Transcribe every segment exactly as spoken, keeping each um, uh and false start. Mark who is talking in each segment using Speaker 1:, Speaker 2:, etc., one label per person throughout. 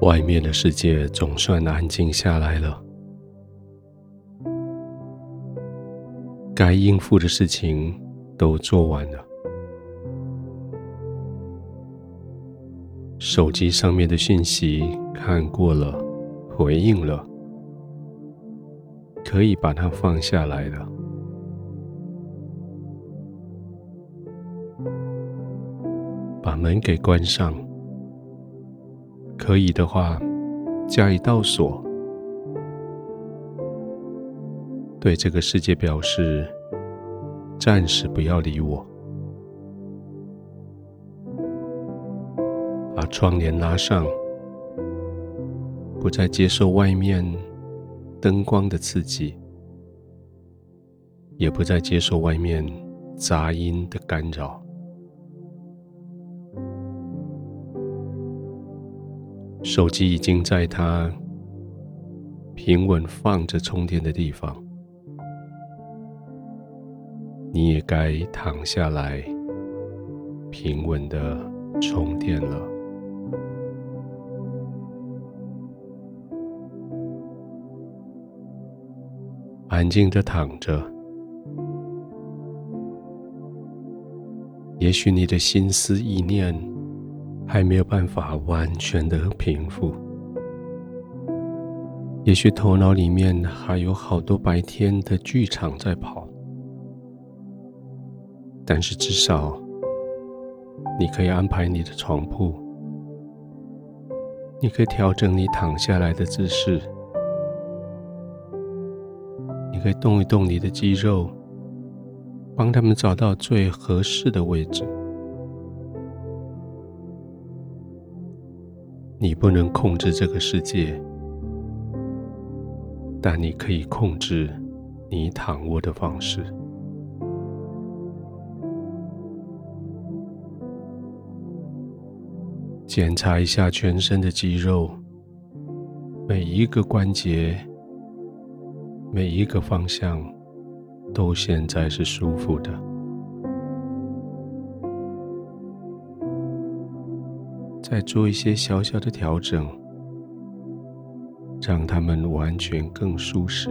Speaker 1: 外面的世界总算安静下来了，该应付的事情都做完了，手机上面的讯息看过了，回应了，可以把它放下来了。把门给关上，可以的话加一道锁，对这个世界表示暂时不要理我。把窗帘拉上，不再接受外面灯光的刺激，也不再接受外面杂音的干扰。手机已经在它平稳放着充电的地方，你也该躺下来平稳地充电了。安静地躺着，也许你的心思意念还没有办法完全的平复，也许头脑里面还有好多白天的剧场在跑，但是至少你可以安排你的床铺，你可以调整你躺下来的姿势，你可以动一动你的肌肉，帮他们找到最合适的位置。你不能控制这个世界，但你可以控制你躺卧的方式。检查一下全身的肌肉，每一个关节，每一个方向都现在是舒服的。再做一些小小的调整，让它们完全更舒适。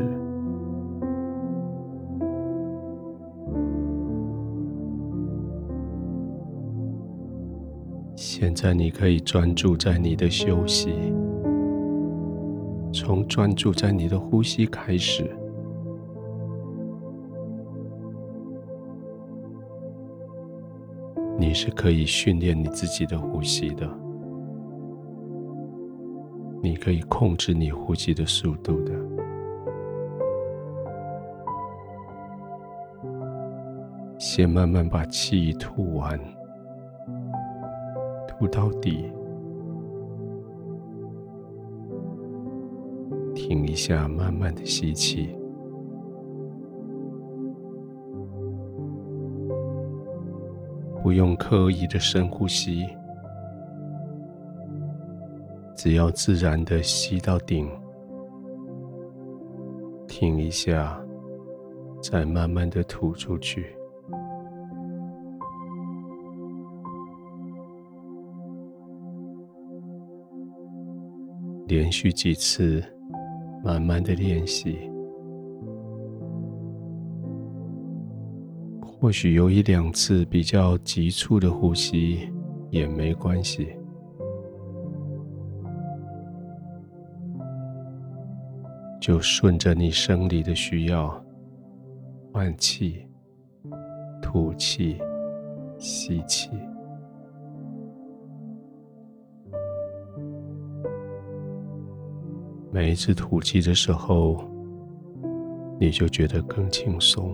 Speaker 1: 现在你可以专注在你的休息，从专注在你的呼吸开始。你是可以训练你自己的呼吸的，你可以控制你呼吸的速度的。先慢慢把气吐完，吐到底，停一下，慢慢的吸气，不用刻意的深呼吸，只要自然的吸到顶，停一下，再慢慢的吐出去。连续几次，慢慢的练习。或许有一两次比较急促的呼吸也没关系，就顺着你生理的需要，换气、吐气、吸气。每一次吐气的时候，你就觉得更轻松，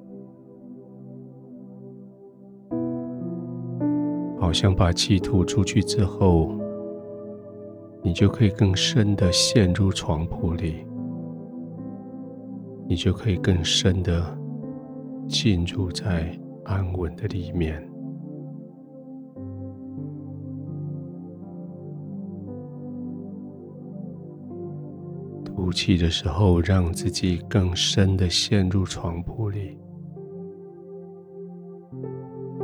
Speaker 1: 好像把气吐出去之后，你就可以更深地陷入床铺里，你就可以更深地进入在安稳的里面。吐气的时候，让自己更深地陷入床铺里，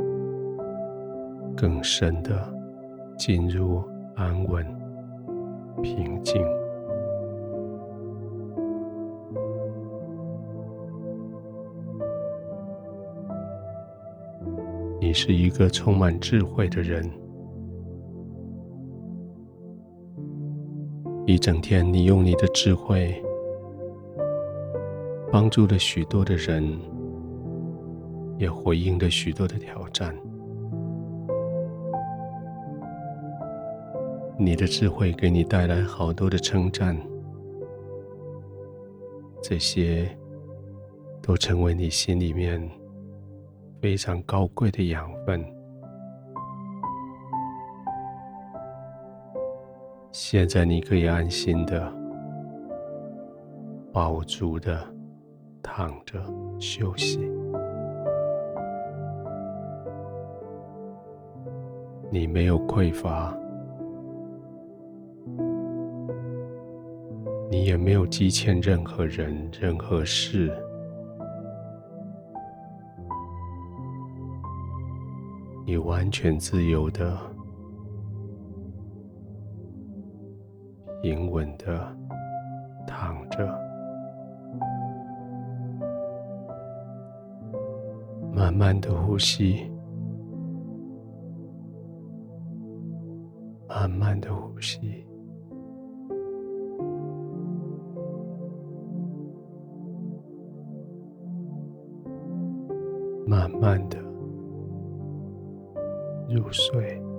Speaker 1: 更深地进入安稳平静。你是一个充满智慧的人，一整天你用你的智慧帮助了许多的人，也回应了许多的挑战。你的智慧给你带来好多的称赞，这些都成为你心里面非常高贵的养分。现在你可以安心的、饱足的躺着休息。你没有匮乏，你也没有积欠任何人、任何事。你完全自由的、平稳的躺着，慢慢的呼吸，慢慢的呼吸，慢慢的入睡。